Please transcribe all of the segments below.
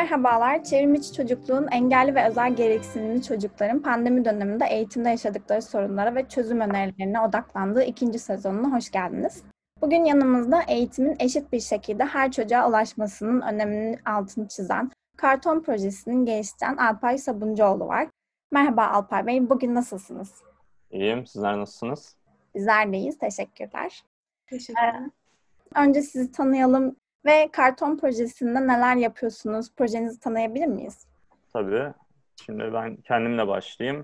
Merhabalar, çevrimiçi çocukluğun engelli ve özel gereksinimli çocukların pandemi döneminde eğitimde yaşadıkları sorunlara ve çözüm önerilerine odaklandığı ikinci sezonuna hoş geldiniz. Bugün yanımızda eğitimin eşit bir şekilde her çocuğa ulaşmasının öneminin altını çizen Karton Projesi'nin geliştiren Alpay Sabuncuoğlu var. Merhaba Alpay Bey, bugün nasılsınız? İyiyim, sizler nasılsınız? Bizler deyiz, teşekkürler. Teşekkürler. Önce sizi tanıyalım ve Karton Projesi'nde neler yapıyorsunuz? Projenizi tanıyabilir miyiz? Tabii. Şimdi ben kendimle başlayayım.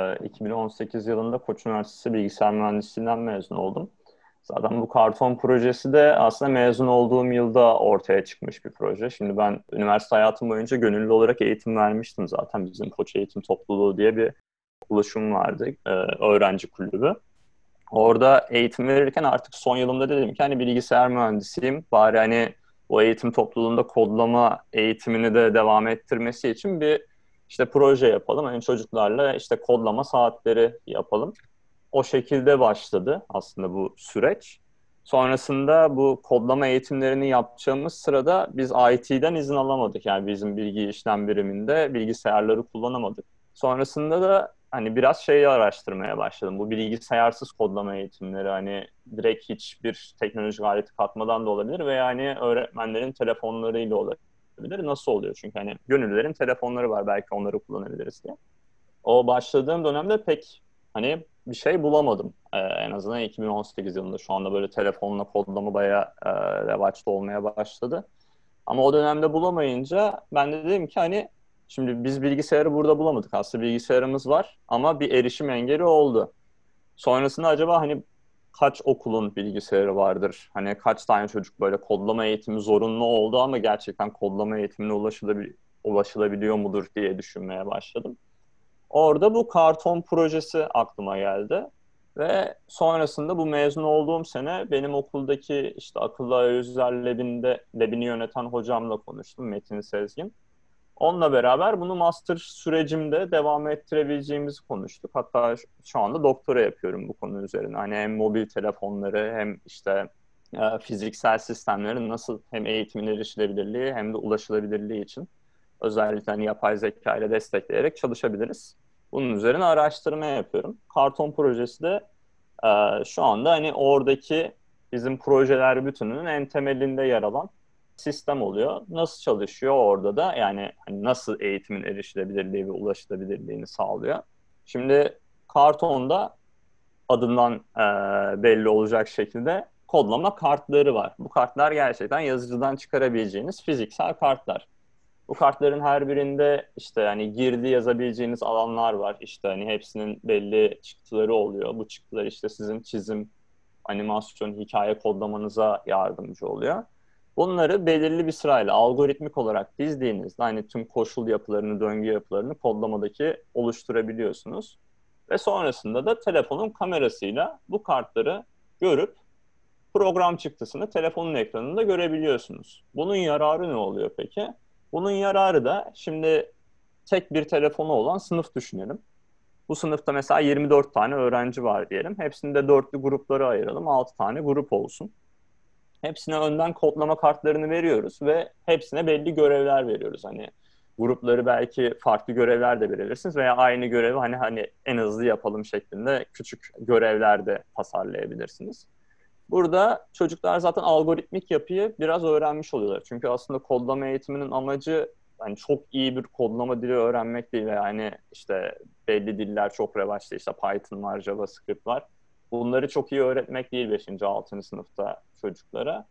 2018 yılında Koç Üniversitesi Bilgisayar Mühendisliğinden mezun oldum. Zaten bu Karton projesi de aslında mezun olduğum yılda ortaya çıkmış bir proje. Şimdi ben üniversite hayatım boyunca gönüllü olarak eğitim vermiştim zaten. Bizim Koç Eğitim Topluluğu diye bir oluşum vardı, öğrenci kulübü. Orada eğitim verirken artık son yılımda dedim ki hani bilgisayar mühendisiyim. Bari hani o eğitim topluluğunda kodlama eğitimini de devam ettirmesi için bir işte proje yapalım. Hani çocuklarla işte kodlama saatleri yapalım. O şekilde başladı aslında bu süreç. Sonrasında bu kodlama eğitimlerini yapacağımız sırada biz IT'den izin alamadık. Yani bizim bilgi işlem biriminde bilgisayarları kullanamadık. Sonrasında da hani biraz şeyi araştırmaya başladım. Bu bilgisayarsız kodlama eğitimleri hani direkt hiçbir teknolojik aleti katmadan da olabilir veya hani öğretmenlerin telefonlarıyla olabilir. Nasıl oluyor? Çünkü hani gönüllülerin telefonları var, belki onları kullanabiliriz diye. O başladığım dönemde pek hani bir şey bulamadım. En azından 2018 yılında şu anda böyle telefonla kodlama bayağı revaçta olmaya başladı. Ama o dönemde bulamayınca ben de dedim ki hani şimdi biz bilgisayarı burada bulamadık. Aslında bilgisayarımız var ama bir erişim engeli oldu. Sonrasında acaba hani kaç okulun bilgisayarı vardır? Hani kaç tane çocuk böyle kodlama eğitimi zorunlu oldu ama gerçekten kodlama eğitimine ulaşılabiliyor mudur diye düşünmeye başladım. Orada bu karton projesi aklıma geldi. Ve sonrasında bu mezun olduğum sene benim okuldaki işte akıllı arayüzler labini yöneten hocamla konuştum, Metin Sezgin. Onunla beraber bunu master sürecimde devam ettirebileceğimizi konuştuk. Hatta şu anda doktora yapıyorum bu konu üzerine. Hani hem mobil telefonları hem işte fiziksel sistemlerin nasıl hem eğitimin erişilebilirliği hem de ulaşılabilirliği için özellikle hani yapay zeka ile destekleyerek çalışabiliriz. Bunun üzerine araştırma yapıyorum. Karton projesi de şu anda hani oradaki bizim projeler bütününün en temelinde yer alan sistem oluyor. Nasıl çalışıyor orada da yani hani nasıl eğitimin erişilebilirliği ve ulaşılabilirliğini sağlıyor. Şimdi kartonda adından belli olacak şekilde kodlama kartları var. Bu kartlar gerçekten yazıcıdan çıkarabileceğiniz fiziksel kartlar. Bu kartların her birinde işte hani girdi yazabileceğiniz alanlar var. İşte hani hepsinin belli çıktıları oluyor. Bu çıktılar işte sizin çizim, animasyon, hikaye kodlamanıza yardımcı oluyor. Bunları belirli bir sırayla algoritmik olarak dizdiğinizde hani tüm koşul yapılarını, döngü yapılarını kodlamadaki oluşturabiliyorsunuz. Ve sonrasında da telefonun kamerasıyla bu kartları görüp program çıktısını telefonun ekranında görebiliyorsunuz. Bunun yararı ne oluyor peki? Bunun yararı da şimdi tek bir telefonu olan sınıf düşünelim. Bu sınıfta mesela 24 tane öğrenci var diyelim. Hepsini de dörtlü gruplara ayıralım. 6 tane grup olsun. Hepsine önden kodlama kartlarını veriyoruz ve hepsine belli görevler veriyoruz. Hani grupları belki farklı görevler de verebilirsiniz veya aynı görevi hani en hızlı yapalım şeklinde küçük görevler de tasarlayabilirsiniz. Burada çocuklar zaten algoritmik yapıyı biraz öğrenmiş oluyorlar. Çünkü aslında kodlama eğitiminin amacı hani çok iyi bir kodlama dili öğrenmek değil. Yani işte belli diller çok revaçta, işte Python var, JavaScript var. Bunları çok iyi öğretmek değil 5. 6. sınıfta çocuklara.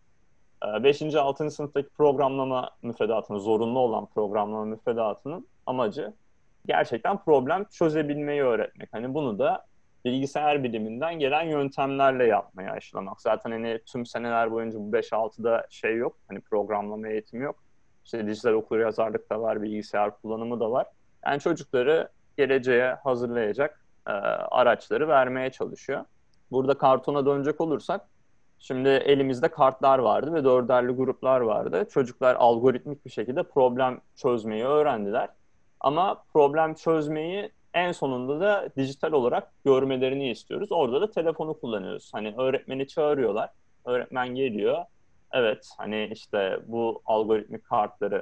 5. 6. sınıftaki programlama müfredatının, zorunlu olan programlama müfredatının amacı gerçekten problem çözebilmeyi öğretmek. Hani bunu da bilgisayar biliminden gelen yöntemlerle yapmaya aşılamak. Zaten hani tüm seneler boyunca bu 5-6'da şey yok. Hani programlama eğitimi yok. İşte dijital okuryazarlık da var, bilgisayar kullanımı da var. Yani çocukları geleceğe hazırlayacak araçları vermeye çalışıyor. Burada kartona dönecek olursak, şimdi elimizde kartlar vardı ve dörderli gruplar vardı. Çocuklar algoritmik bir şekilde problem çözmeyi öğrendiler. Ama problem çözmeyi en sonunda da dijital olarak görmelerini istiyoruz. Orada da telefonu kullanıyoruz. Hani öğretmeni çağırıyorlar. Öğretmen geliyor. Evet, hani işte bu algoritmik kartları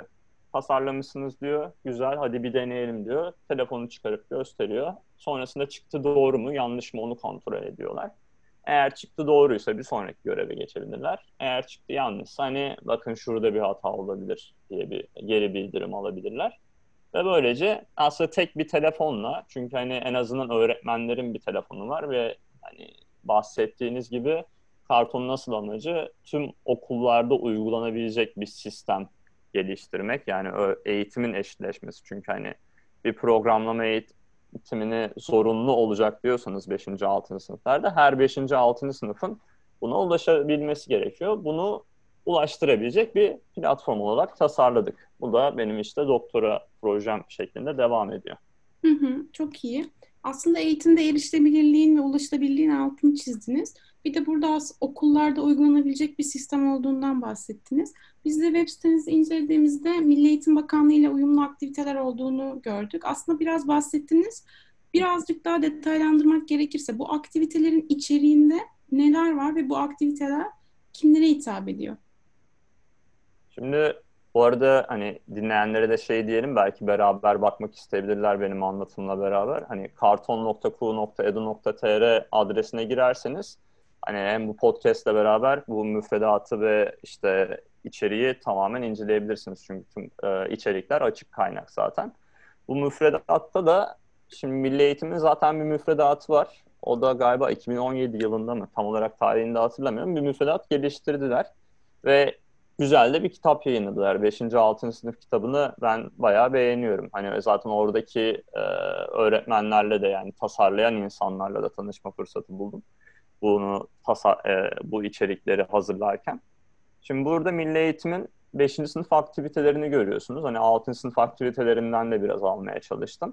tasarlamışsınız diyor. Güzel, hadi bir deneyelim diyor. Telefonu çıkarıp gösteriyor. Sonrasında çıktı doğru mu yanlış mı onu kontrol ediyorlar. Eğer çıktı doğruysa bir sonraki göreve geçebilirler. Eğer çıktı yanlışsa hani bakın şurada bir hata olabilir diye bir geri bildirim alabilirler. Ve böylece aslında tek bir telefonla, çünkü hani en azından öğretmenlerin bir telefonu var ve hani bahsettiğiniz gibi kartonun asıl amacı tüm okullarda uygulanabilecek bir sistem geliştirmek. Yani eğitimin eşitleşmesi. Çünkü hani bir programlama eğitimini zorunlu olacak diyorsanız 5. 6. sınıflarda her 5. 6. sınıfın buna ulaşabilmesi gerekiyor. Bunu ulaştırabilecek bir platform olarak tasarladık. Bu da benim işte doktora projem şeklinde devam ediyor. Hı hı, çok iyi. Aslında eğitimde erişilebilirliğin ve ulaşılabilirliğin altını çizdiniz. Bir de burada okullarda uygulanabilecek bir sistem olduğundan bahsettiniz. Biz de web sitenizi incelediğimizde Milli Eğitim Bakanlığı ile uyumlu aktiviteler olduğunu gördük. Aslında biraz bahsettiniz. Birazcık daha detaylandırmak gerekirse bu aktivitelerin içeriğinde neler var ve bu aktiviteler kimlere hitap ediyor? Şimdi bu arada hani dinleyenlere de şey diyelim, belki beraber bakmak isteyebilirler benim anlatımla beraber. Hani karton.ku.edu.tr adresine girerseniz hani hem bu podcast'le beraber bu müfredatı ve işte içeriği tamamen inceleyebilirsiniz. Çünkü tüm içerikler açık kaynak zaten. Bu müfredatta da şimdi Milli Eğitim'in zaten bir müfredatı var. O da galiba 2017 yılında mı? Tam olarak tarihini de hatırlamıyorum. Bir müfredat geliştirdiler. Ve güzel de bir kitap yayınladılar. 5. 6. sınıf kitabını ben bayağı beğeniyorum. Hani zaten oradaki öğretmenlerle de yani tasarlayan insanlarla da tanışma fırsatı buldum. Bu içerikleri hazırlarken. Şimdi burada Milli Eğitim'in 5. sınıf aktivitelerini görüyorsunuz. Hani 6. sınıf aktivitelerinden de biraz almaya çalıştım.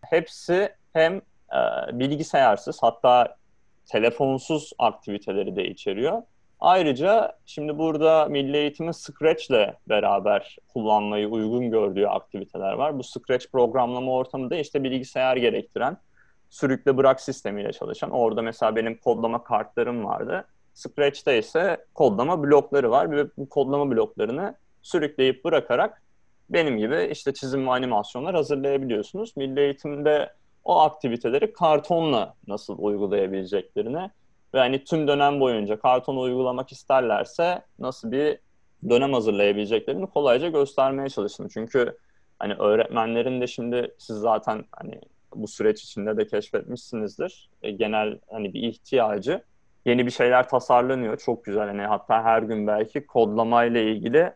Hepsi hem bilgisayarsız, hatta telefonsuz aktiviteleri de içeriyor. Ayrıca şimdi burada Milli Eğitim'in Scratch'le beraber kullanmayı uygun gördüğü aktiviteler var. Bu Scratch programlama ortamı da işte bilgisayar gerektiren sürükle bırak sistemiyle çalışan. Orada mesela benim kodlama kartlarım vardı. Scratch'te ise kodlama blokları var ve bu kodlama bloklarını sürükleyip bırakarak benim gibi işte çizim ve animasyonlar hazırlayabiliyorsunuz. Milli Eğitim'de o aktiviteleri kartonla nasıl uygulayabileceklerini ve hani tüm dönem boyunca kartonu uygulamak isterlerse nasıl bir dönem hazırlayabileceklerini kolayca göstermeye çalıştım. Çünkü hani öğretmenlerin de şimdi siz zaten hani bu süreç içinde de keşfetmişsinizdir. Genel hani bir ihtiyacı. Yeni bir şeyler tasarlanıyor. Çok güzel. Hani hatta her gün belki kodlamayla ilgili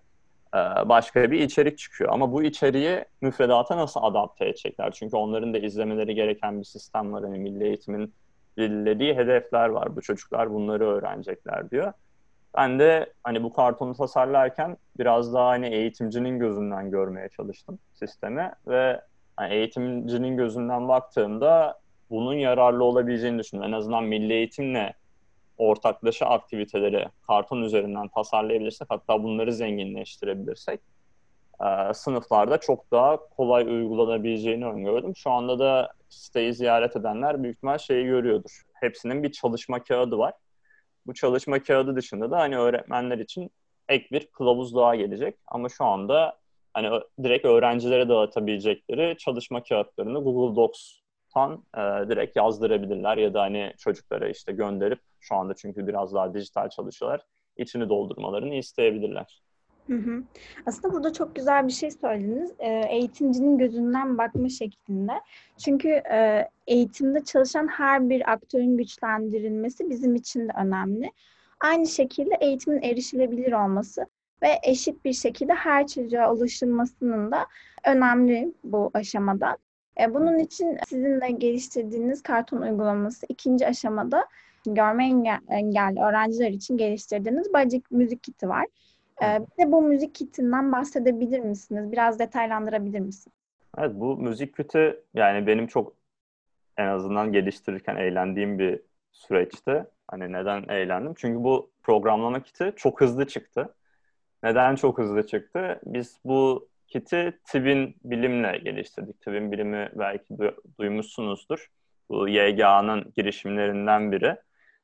başka bir içerik çıkıyor. Ama bu içeriği müfredata nasıl adapte edecekler? Çünkü onların da izlemeleri gereken bir sistem var. Hani Milli Eğitim'in belirlediği hedefler var. Bu çocuklar bunları öğrenecekler diyor. Ben de hani bu kartonu tasarlarken biraz daha hani eğitimcinin gözünden görmeye çalıştım sistemi ve hani eğitimcinin gözünden baktığımda bunun yararlı olabileceğini düşündüm. En azından milli eğitimle ortaklaşa aktiviteleri karton üzerinden tasarlayabilirsek, hatta bunları zenginleştirebilirsek sınıflarda çok daha kolay uygulanabileceğini öngördüm. Şu anda da siteyi ziyaret edenler büyük ihtimal şeyi görüyordur. Hepsinin bir çalışma kağıdı var. Bu çalışma kağıdı dışında da hani öğretmenler için ek bir kılavuz daha gelecek. Ama şu anda hani direkt öğrencilere dağıtabilecekleri çalışma kağıtlarını Google Docs'tan direkt yazdırabilirler ya da hani çocuklara işte gönderip şu anda çünkü biraz daha dijital çalışıyorlar, içini doldurmalarını isteyebilirler. Hı hı. Aslında burada çok güzel bir şey söylediniz. Eğitimcinin gözünden bakma şeklinde. Çünkü eğitimde çalışan her bir aktörün güçlendirilmesi bizim için de önemli. Aynı şekilde eğitimin erişilebilir olması ve eşit bir şekilde her çocuğa ulaşılmasının da önemli bu aşamada. Bunun için sizinle geliştirdiğiniz karton uygulaması ikinci aşamada görme engelli öğrenciler için geliştirdiğiniz Bacik müzik kiti var. Bir de bu müzik kitinden bahsedebilir misiniz? Biraz detaylandırabilir misiniz? Evet, bu müzik kiti yani benim çok en azından geliştirirken eğlendiğim bir süreçti. Hani neden eğlendim? Çünkü bu programlama kiti çok hızlı çıktı. Neden çok hızlı çıktı? Biz bu kiti Twin Bilim'le geliştirdik. Twin Bilim'i belki duymuşsunuzdur. Bu YGA'nın girişimlerinden biri.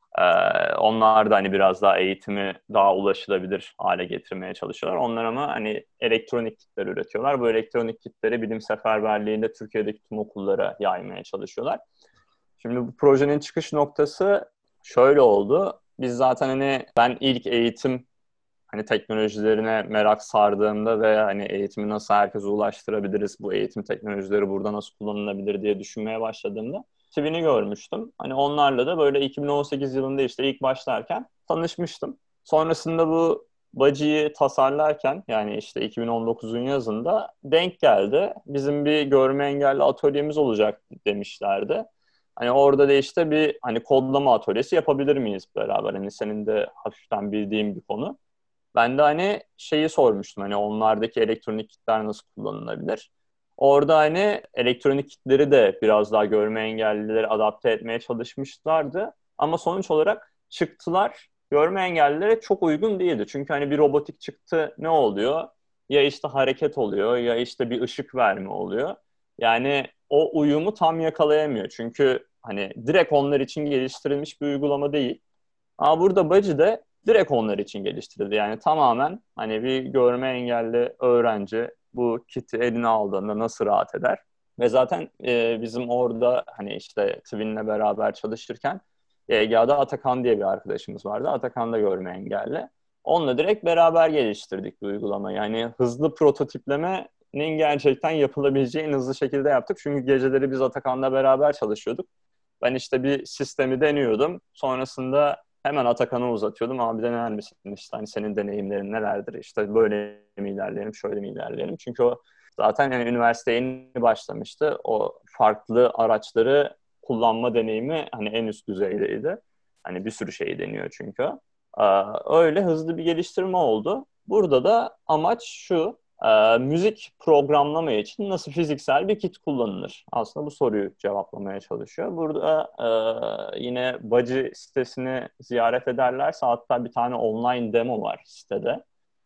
Onlar da hani biraz daha eğitimi daha ulaşılabilir hale getirmeye çalışıyorlar. Onlar ama hani elektronik kitler üretiyorlar. Bu elektronik kitleri bilim seferberliğinde Türkiye'deki tüm okullara yaymaya çalışıyorlar. Şimdi bu projenin çıkış noktası şöyle oldu. Biz zaten hani ben ilk eğitim hani teknolojilerine merak sardığımda ve hani eğitimi nasıl herkese ulaştırabiliriz, bu eğitim teknolojileri burada nasıl kullanılabilir diye düşünmeye başladığımda Twin'i görmüştüm. Hani onlarla da böyle 2018 yılında işte ilk başlarken tanışmıştım. Sonrasında bu Budgie'yi tasarlarken yani işte 2019'un yazında denk geldi. Bizim bir görme engelli atölyemiz olacak demişlerdi. Hani orada da işte bir hani kodlama atölyesi yapabilir miyiz beraber? Hani senin de hafiften bildiğin bir konu. Ben de hani şeyi sormuştum hani onlardaki elektronik kitler nasıl kullanılabilir? Orada hani elektronik kitleri de biraz daha görme engellileri adapte etmeye çalışmışlardı. Ama sonuç olarak çıktılar görme engellilere çok uygun değildi. Çünkü hani bir robotik çıktı ne oluyor? Ya işte hareket oluyor ya işte bir ışık verme oluyor. Yani o uyumu tam yakalayamıyor. Çünkü hani direkt onlar için geliştirilmiş bir uygulama değil. Ama burada Budgie de direkt onlar için geliştirildi. Yani tamamen hani bir görme engelli öğrenci bu kiti eline aldığında nasıl rahat eder? Ve zaten bizim orada hani işte Twin'le beraber çalışırken EGA'da Atakan diye bir arkadaşımız vardı. Atakan da görme engelli. Onunla direkt beraber geliştirdik bu uygulamayı. Yani hızlı prototiplemenin gerçekten yapılabileceği en hızlı şekilde yaptık. Çünkü geceleri biz Atakan'la beraber çalışıyorduk. Ben işte bir sistemi deniyordum. Sonrasında hemen Atakan'a uzatıyordum. Abi dener misin? İşte hani senin deneyimlerin nelerdir? İşte böyle mi ilerleyelim, şöyle mi ilerleyelim? Çünkü o zaten yani üniversiteye yeni başlamıştı. O farklı araçları kullanma deneyimi hani en üst düzeydeydi. Hani bir sürü şey deniyor çünkü. Öyle hızlı bir geliştirme oldu. Burada da amaç şu, müzik programlama için nasıl fiziksel bir kit kullanılır? Aslında bu soruyu cevaplamaya çalışıyor. Burada yine Budgie sitesini ziyaret ederlerse hatta bir tane online demo var sitede.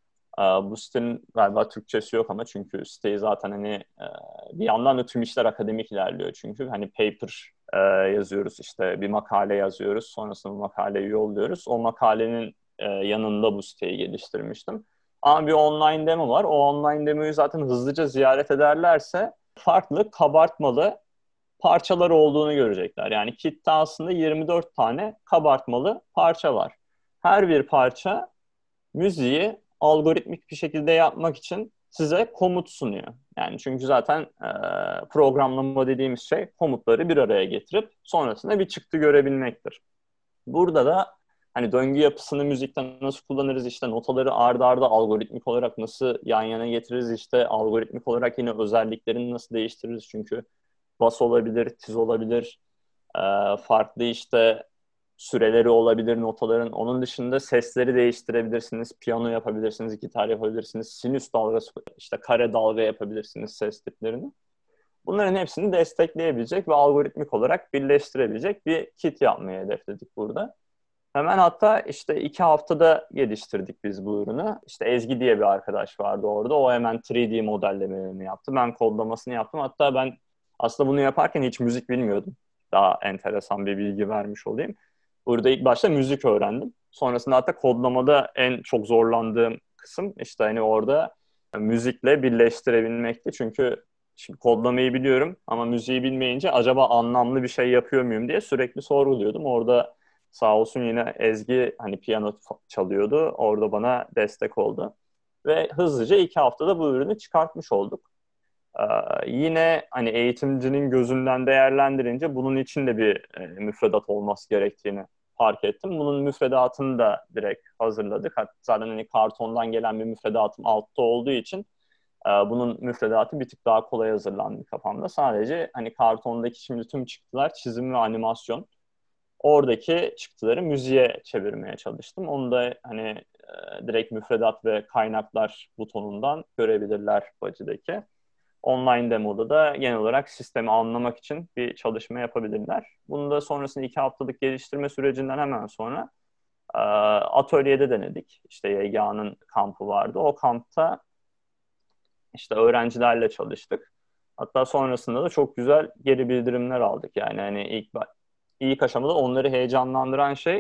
Bu sitenin galiba Türkçesi yok ama çünkü siteyi zaten hani bir yandan da tüm işler akademik ilerliyor çünkü hani paper yazıyoruz işte bir makale yazıyoruz sonrasında bu makaleyi yolluyoruz. O makalenin yanında bu siteyi geliştirmiştim. Ama bir online demo var. O online demoyu zaten hızlıca ziyaret ederlerse farklı kabartmalı parçalar olduğunu görecekler. Yani kitte aslında 24 tane kabartmalı parça var. Her bir parça müziği algoritmik bir şekilde yapmak için size komut sunuyor. Yani çünkü zaten programlama dediğimiz şey komutları bir araya getirip sonrasında bir çıktı görebilmektir. Burada da hani döngü yapısını müzikten nasıl kullanırız işte notaları arda arda algoritmik olarak nasıl yan yana getiririz işte algoritmik olarak yine özelliklerini nasıl değiştiririz çünkü bas olabilir, tiz olabilir, farklı işte süreleri olabilir notaların. Onun dışında sesleri değiştirebilirsiniz. Piyano yapabilirsiniz, gitar yapabilirsiniz. Sinüs dalgası, işte kare dalga yapabilirsiniz ses tiplerini. Bunların hepsini destekleyebilecek ve algoritmik olarak birleştirebilecek bir kit yapmayı hedefledik burada. Hemen hatta işte 2 haftada geliştirdik biz bu ürünü. İşte Ezgi diye bir arkadaş vardı orada. O hemen 3D modellemelerini yaptı. Ben kodlamasını yaptım. Hatta ben aslında bunu yaparken hiç müzik bilmiyordum. Daha enteresan bir bilgi vermiş olayım. Burada ilk başta müzik öğrendim. Sonrasında hatta kodlamada en çok zorlandığım kısım işte hani orada müzikle birleştirebilmekti. Çünkü şimdi kodlamayı biliyorum ama müziği bilmeyince acaba anlamlı bir şey yapıyor muyum diye sürekli sorguluyordum. Orada sağ olsun yine Ezgi hani piyano çalıyordu. Orada bana destek oldu. Ve hızlıca 2 haftada bu ürünü çıkartmış olduk. Yine hani eğitimcinin gözünden değerlendirince bunun için de bir müfredat olması gerektiğini fark ettim. Bunun müfredatını da direkt hazırladık. Hatta zaten hani kartondan gelen bir müfredatım altta olduğu için bunun müfredatı bir tık daha kolay hazırlandı kafamda. Sadece hani kartondaki şimdi tüm çıktılar çizim ve animasyon. Oradaki çıktıları müziğe çevirmeye çalıştım. Onu da hani direkt müfredat ve kaynaklar butonundan görebilirler Budgie'deki. Online demoda da genel olarak sistemi anlamak için bir çalışma yapabilirler. Bunu da sonrasında 2 haftalık geliştirme sürecinden hemen sonra atölyede denedik. İşte YGA'nın kampı vardı. O kampta işte öğrencilerle çalıştık. Hatta sonrasında da çok güzel geri bildirimler aldık. Yani hani ilk aşamada onları heyecanlandıran şey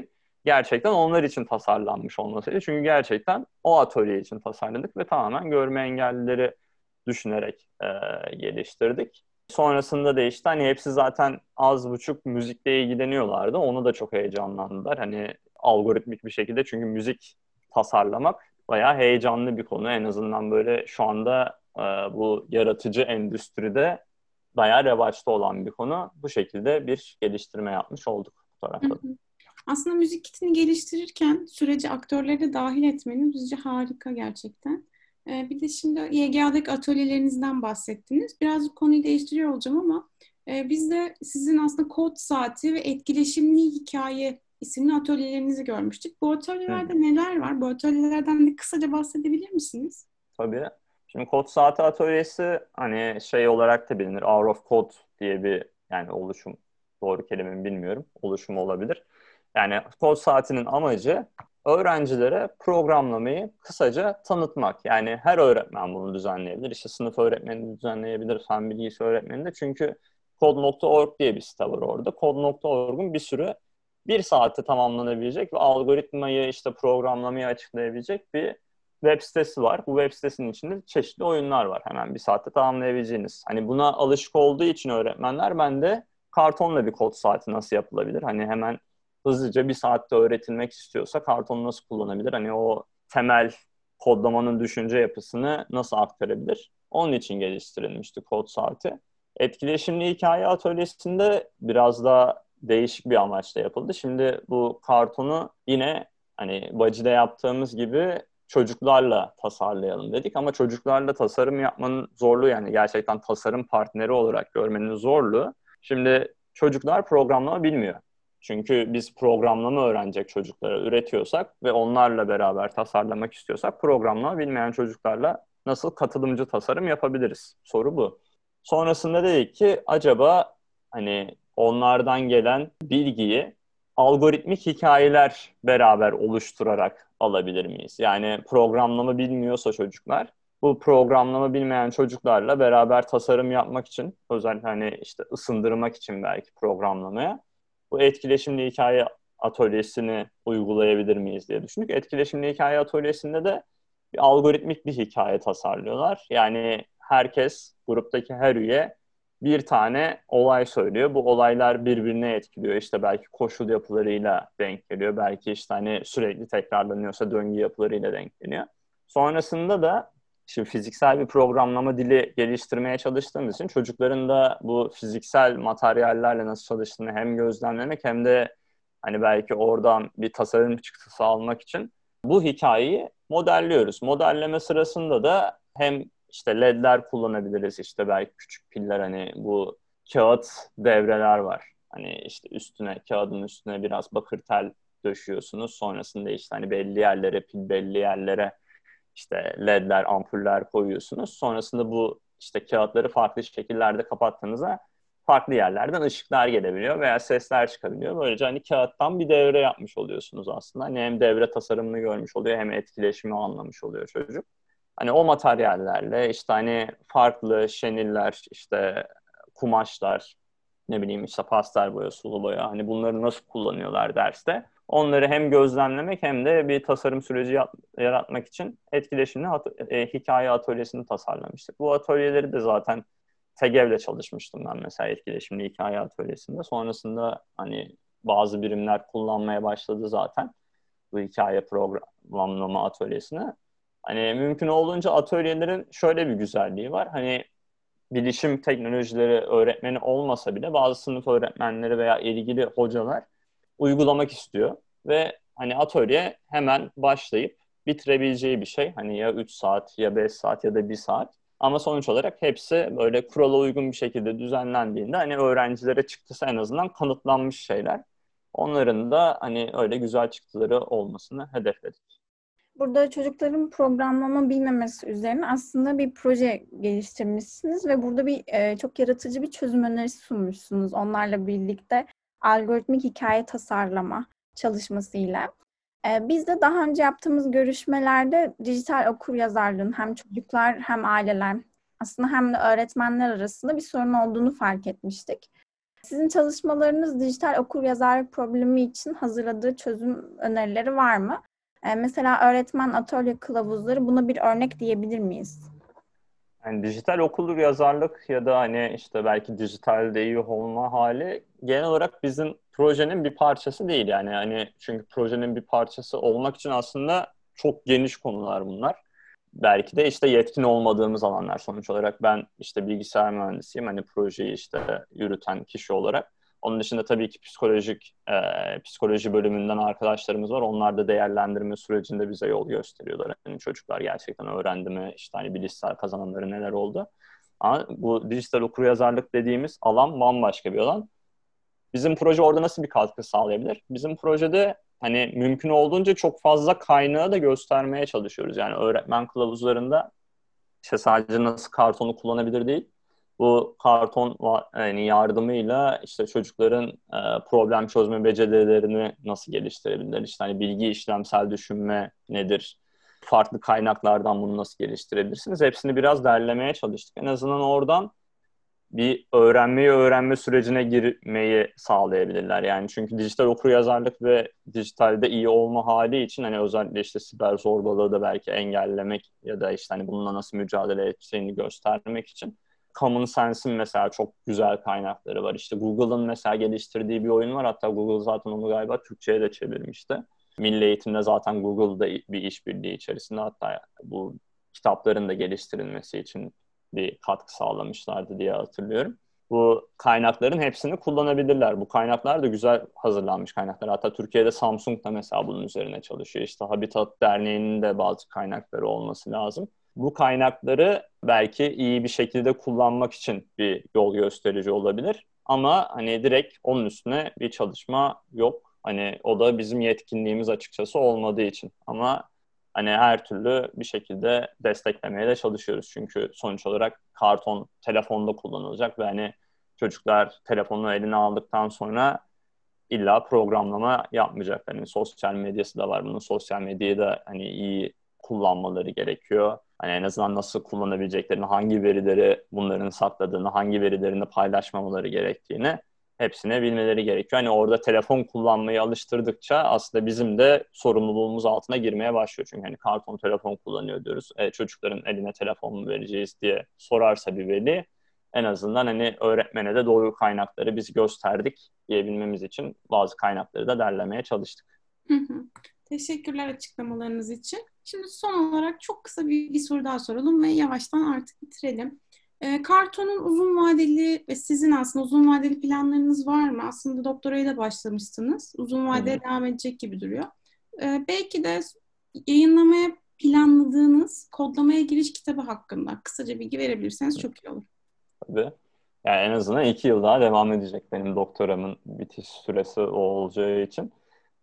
gerçekten onlar için tasarlanmış olmasıydı. Çünkü gerçekten o atölye için tasarladık ve tamamen görme engellileri düşünerek geliştirdik. Sonrasında da işte hani hepsi zaten az buçuk müzikle ilgileniyorlardı. Onu da çok heyecanlandılar. Hani algoritmik bir şekilde, çünkü müzik tasarlamak bayağı heyecanlı bir konu. En azından böyle şu anda bu yaratıcı endüstride bayağı revaçta olan bir konu. Bu şekilde bir geliştirme yapmış olduk bu Hı tarafta. hı. Aslında müzik kitini geliştirirken sürece aktörleri de dahil etmeniz bizce harika gerçekten. Bir de şimdi YGA'daki atölyelerinizden bahsettiniz. Birazcık konuyu değiştiriyor olacağım ama biz de sizin aslında kod saati ve etkileşimli hikaye isimli atölyelerinizi görmüştük. Bu Hı. atölyelerde neler var? Bu atölyelerden de kısaca bahsedebilir misiniz? Tabii. Şimdi Kod Saati Atölyesi hani şey olarak da bilinir. Hour of Code diye bir, yani oluşum, doğru kelimeyi bilmiyorum. Oluşum olabilir. Yani Kod Saati'nin amacı öğrencilere programlamayı kısaca tanıtmak. Yani her öğretmen bunu düzenleyebilir. İşte sınıf öğretmeni de düzenleyebilir, fen bilgisi öğretmeni de. Çünkü Code.org diye bir site var orada. Code.org'un bir sürü bir saatte tamamlanabilecek ve algoritmayı, işte programlamayı açıklayabilecek bir web sitesi var. Bu web sitesinin içinde çeşitli oyunlar var. Hemen bir saatte tamamlayabileceğiniz. Hani buna alışık olduğu için öğretmenler, ben de kartonla bir kod saati nasıl yapılabilir? Hani hemen hızlıca bir saatte öğretilmek istiyorsa kartonu nasıl kullanabilir? Hani o temel kodlamanın düşünce yapısını nasıl aktarabilir? Onun için geliştirilmişti kod saati. Etkileşimli hikaye atölyesinde biraz daha değişik bir amaçla yapıldı. Şimdi bu kartonu yine hani Bacı'da yaptığımız gibi çocuklarla tasarlayalım dedik. Ama çocuklarla tasarım yapmanın zorluğu, yani gerçekten tasarım partneri olarak görmenin zorluğu. Şimdi çocuklar programlama bilmiyor. Çünkü biz programlama öğrenecek çocuklara üretiyorsak ve onlarla beraber tasarlamak istiyorsak, programlama bilmeyen çocuklarla nasıl katılımcı tasarım yapabiliriz? Soru bu. Sonrasında dedik ki acaba hani onlardan gelen bilgiyi algoritmik hikayeler beraber oluşturarak alabilir miyiz? Yani programlama bilmiyorsa çocuklar, bu programlama bilmeyen çocuklarla beraber tasarım yapmak için, özellikle hani işte ısındırmak için belki programlamaya, bu etkileşimli hikaye atölyesini uygulayabilir miyiz diye düşündük. Etkileşimli hikaye atölyesinde de bir algoritmik bir hikaye tasarlıyorlar. Yani herkes, gruptaki her üye bir tane olay söylüyor. Bu olaylar birbirine etkiliyor. İşte belki koşul yapılarıyla denk geliyor. Belki işte hani sürekli tekrarlanıyorsa döngü yapılarıyla denk geliyor. Sonrasında da şimdi fiziksel bir programlama dili geliştirmeye çalıştığımız için çocukların da bu fiziksel materyallerle nasıl çalıştığını hem gözlemlemek hem de hani belki oradan bir tasarım çıktısı almak için bu hikayeyi modelliyoruz. Modelleme sırasında da hem işte ledler kullanabiliriz, işte belki küçük piller, hani bu kağıt devreler var. Hani işte üstüne, kağıdın üstüne biraz bakır tel döşüyorsunuz. Sonrasında işte hani belli yerlere pil, belli yerlere işte ledler, ampuller koyuyorsunuz. Sonrasında bu işte kağıtları farklı şekillerde kapattığınızda farklı yerlerden ışıklar gelebiliyor veya sesler çıkabiliyor. Böylece hani kağıttan bir devre yapmış oluyorsunuz aslında. Hani hem devre tasarımını görmüş oluyor hem etkileşimi anlamış oluyor çocuk. Hani o materyallerle işte hani farklı şeniller, işte kumaşlar, ne bileyim işte pastel boya, sulu boya, hani bunları nasıl kullanıyorlar derste. Onları hem gözlemlemek hem de bir tasarım süreci yaratmak için etkileşimli hikaye atölyesini tasarlamıştık. Bu atölyeleri de zaten TEGEV'le çalışmıştım ben mesela, etkileşimli hikaye atölyesinde. Sonrasında hani bazı birimler kullanmaya başladı zaten bu hikaye programlama atölyesini. Hani mümkün olduğunca atölyelerin şöyle bir güzelliği var. Hani bilişim teknolojileri öğretmeni olmasa bile bazı sınıf öğretmenleri veya ilgili hocalar uygulamak istiyor. Ve hani atölye hemen başlayıp bitirebileceği bir şey. Hani ya 3 saat ya 5 saat ya da 1 saat. Ama sonuç olarak hepsi böyle kurala uygun bir şekilde düzenlendiğinde hani öğrencilere çıktısı en azından kanıtlanmış şeyler. Onların da hani öyle güzel çıktıları olmasını hedefledik. Burada çocukların programlama bilmemesi üzerine aslında bir proje geliştirmişsiniz ve burada çok yaratıcı bir çözüm önerisi sunmuşsunuz onlarla birlikte algoritmik hikaye tasarlama çalışmasıyla. Biz de daha önce yaptığımız görüşmelerde dijital okuryazarlığın hem çocuklar hem aileler aslında hem de öğretmenler arasında bir sorun olduğunu fark etmiştik. Sizin çalışmalarınız dijital okuryazarlık problemi için hazırladığı çözüm önerileri var mı? Mesela öğretmen atölye kılavuzları buna bir örnek diyebilir miyiz? Yani dijital okuryazarlık ya da hani işte belki dijitalde iyi olma hali genel olarak bizim projenin bir parçası değil. Yani hani çünkü projenin bir parçası olmak için aslında çok geniş konular bunlar. Belki de işte yetkin olmadığımız alanlar sonuç olarak. Ben işte bilgisayar mühendisiyim. Hani projeyi işte yürüten kişi olarak. Onun dışında tabii ki psikoloji bölümünden arkadaşlarımız var. Onlar da değerlendirme sürecinde bize yol gösteriyorlar. Hani çocuklar gerçekten öğrendi mi? İşte hani bilişsel kazanımları neler oldu? Ama bu dijital okuryazarlık dediğimiz alan bambaşka bir alan. Bizim proje orada nasıl bir katkı sağlayabilir? Bizim projede hani mümkün olduğunca çok fazla kaynağı da göstermeye çalışıyoruz. Yani öğretmen kılavuzlarında işte sadece nasıl kartonu kullanabilir değil. Bu karton yani yardımıyla işte çocukların problem çözme becerilerini nasıl geliştirebilirler? İşte hani bilgi işlemsel düşünme nedir? Farklı kaynaklardan bunu nasıl geliştirebilirsiniz? Hepsini biraz derlemeye çalıştık. En azından oradan bir öğrenme sürecine girmeyi sağlayabilirler. Yani çünkü dijital okuryazarlık ve dijitalde iyi olma hali için hani özellikle işte siber zorbalığı da belki engellemek ya da işte hani bununla nasıl mücadele edeceğini göstermek için Common Sense'in mesela çok güzel kaynakları var. İşte Google'ın mesela geliştirdiği bir oyun var. Hatta Google zaten onu galiba Türkçe'ye de çevirmişti. Milli Eğitim'de zaten Google'da bir işbirliği içerisinde, hatta bu kitapların da geliştirilmesi için bir katkı sağlamışlardı diye hatırlıyorum. Bu kaynakların hepsini kullanabilirler. Bu kaynaklar da güzel hazırlanmış kaynaklar. Hatta Türkiye'de Samsung da mesela bunun üzerine çalışıyor. İşte Habitat Derneği'nin de bazı kaynakları olması lazım. Bu kaynakları belki iyi bir şekilde kullanmak için bir yol gösterici olabilir. Ama hani direkt onun üstüne bir çalışma yok. Hani o da bizim yetkinliğimiz açıkçası olmadığı için. Ama hani her türlü bir şekilde desteklemeye de çalışıyoruz. Çünkü sonuç olarak karton telefonda kullanılacak ve hani çocuklar telefonu eline aldıktan sonra illa programlama yapmayacak. Hani sosyal medyası da var. Bunun sosyal medyayı da hani iyi kullanmaları gerekiyor. Hani en azından nasıl kullanabileceklerini, hangi verileri bunların sakladığını, hangi verilerini paylaşmamaları gerektiğini hepsine bilmeleri gerekiyor. Hani orada telefon kullanmayı alıştırdıkça aslında bizim de sorumluluğumuz altına girmeye başlıyor. Çünkü hani karton telefon kullanıyor diyoruz. Çocukların eline telefon mu vereceğiz diye sorarsa bir veli, en azından hani öğretmene de doğru kaynakları biz gösterdik diyebilmemiz için bazı kaynakları da derlemeye çalıştık. Hı hı. Teşekkürler açıklamalarınız için. Şimdi son olarak çok kısa bir soru daha soralım ve yavaştan artık bitirelim. Karton'un uzun vadeli ve sizin aslında uzun vadeli planlarınız var mı? Aslında doktoraya da başlamıştınız. Uzun vadeye devam edecek gibi duruyor. Belki de yayınlamaya planladığınız kodlamaya giriş kitabı hakkında kısaca bilgi verebilirseniz çok iyi olur. Tabii. Yani en azından 2 yıl daha devam edecek benim doktoramın bitiş süresi o olacağı için.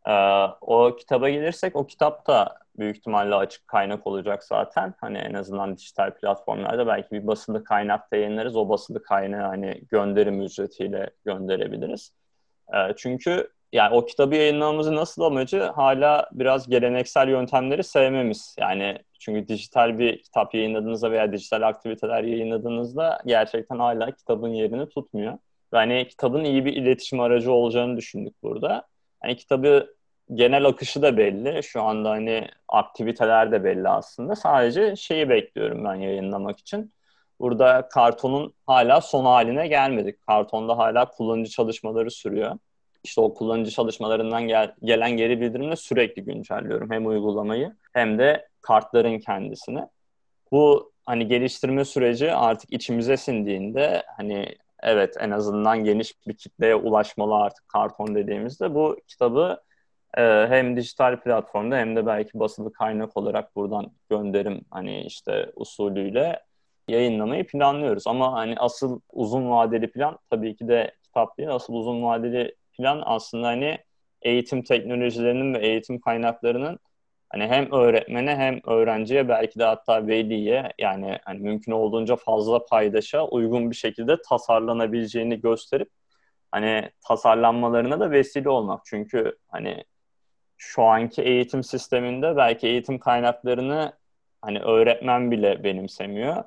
O kitaba gelirsek, o kitap da büyük ihtimalle açık kaynak olacak zaten. Hani en azından dijital platformlarda belki bir basılı kaynak da yayınlarız. O basılı kaynağı hani gönderim ücretiyle gönderebiliriz. Çünkü yani o kitabı yayınlamamızın nasıl amacı hala biraz geleneksel yöntemleri sevmemiz. Yani çünkü dijital bir kitap yayınladığınızda veya dijital aktiviteler yayınladığınızda gerçekten hala kitabın yerini tutmuyor. Ve hani kitabın iyi bir iletişim aracı olacağını düşündük burada. Hani kitabı genel akışı da belli. Şu anda hani aktiviteler de belli aslında. Sadece şeyi bekliyorum ben yayınlamak için. Burada kartonun hala son haline gelmedik. Kartonda hala kullanıcı çalışmaları sürüyor. İşte o kullanıcı çalışmalarından gelen geri bildirimle sürekli güncelliyorum. Hem uygulamayı hem de kartların kendisini. Bu hani geliştirme süreci artık içimize sindiğinde hani evet, en azından geniş bir kitleye ulaşmalı artık karton dediğimizde bu kitabı hem dijital platformda hem de belki basılı kaynak olarak buradan gönderim hani işte usulüyle yayınlamayı planlıyoruz. Ama hani asıl uzun vadeli plan tabii ki de kitap değil. Asıl uzun vadeli plan aslında hani eğitim teknolojilerinin ve eğitim kaynaklarının hani hem öğretmene hem öğrenciye belki de hatta veliye yani hani mümkün olduğunca fazla paydaşa uygun bir şekilde tasarlanabileceğini gösterip hani tasarlanmalarına da vesile olmak. Çünkü hani şu anki eğitim sisteminde belki eğitim kaynaklarını hani öğretmen bile benimsemiyor.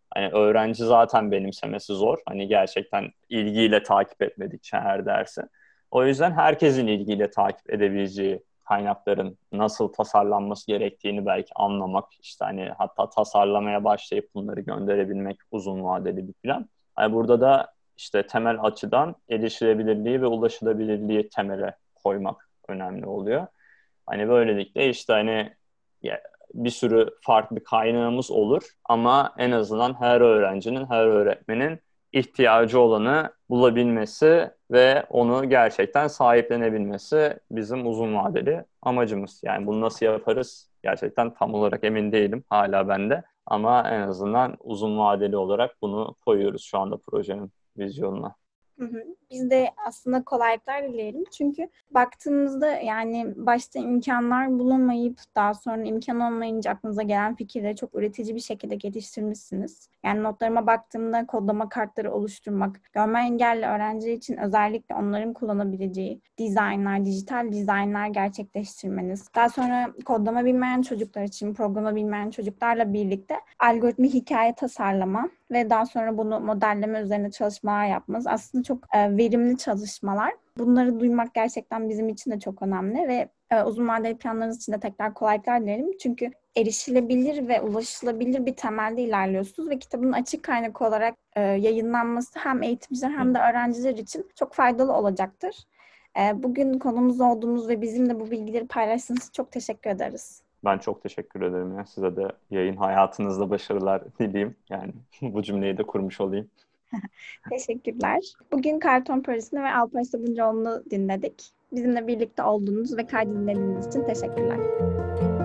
Hani öğrenci zaten benimsemesi zor. Hani gerçekten ilgiyle takip etmedikçe her dersi. O yüzden herkesin ilgiyle takip edebileceği kaynakların nasıl tasarlanması gerektiğini belki anlamak, işte hani hatta tasarlamaya başlayıp bunları gönderebilmek uzun vadeli bir plan. Yani burada da işte temel açıdan erişilebilirliği ve ulaşılabilirliği temele koymak önemli oluyor. Hani böylelikle işte hani bir sürü farklı kaynağımız olur ama en azından her öğrencinin, her öğretmenin ihtiyacı olanı bulabilmesi ve onu gerçekten sahiplenebilmesi bizim uzun vadeli amacımız. Yani bunu nasıl yaparız? Gerçekten tam olarak emin değilim hala bende. Ama en azından uzun vadeli olarak bunu koyuyoruz şu anda projenin vizyonuna. Hı hı. Biz de aslında kolaylıklar dileyelim. Çünkü baktığımızda yani başta imkanlar bulunmayıp daha sonra imkan olmayınca aklınıza gelen fikirleri çok üretici bir şekilde geliştirmişsiniz. Yani notlarıma baktığımda kodlama kartları oluşturmak, görme engelli öğrenciler için özellikle onların kullanabileceği dizaynlar, dijital dizaynlar gerçekleştirmeniz. Daha sonra kodlama bilmeyen çocuklar için programa bilmeyen çocuklarla birlikte algoritmik hikaye tasarlama ve daha sonra bunu modelleme üzerine çalışmalar yapmanız aslında çok verimli çalışmalar. Bunları duymak gerçekten bizim için de çok önemli ve uzun vadeli planlarınız için de tekrar kolaylıklar dilerim. Çünkü erişilebilir ve ulaşılabilir bir temelde ilerliyorsunuz ve kitabın açık kaynak olarak yayınlanması hem eğitimciler hem de öğrenciler için çok faydalı olacaktır. Bugün konumuz olduğunuz ve bizimle bu bilgileri paylaştığınız için çok teşekkür ederiz. Ben çok teşekkür ederim ya. Size de yayın hayatınızda başarılar dileyim. Yani bu cümleyi de kurmuş olayım. Teşekkürler. Bugün Karton Projesi'ni ve Alpay Sabuncuoğlu'nu dinledik. Bizimle birlikte olduğunuz ve kaydı dinlediğiniz için teşekkürler.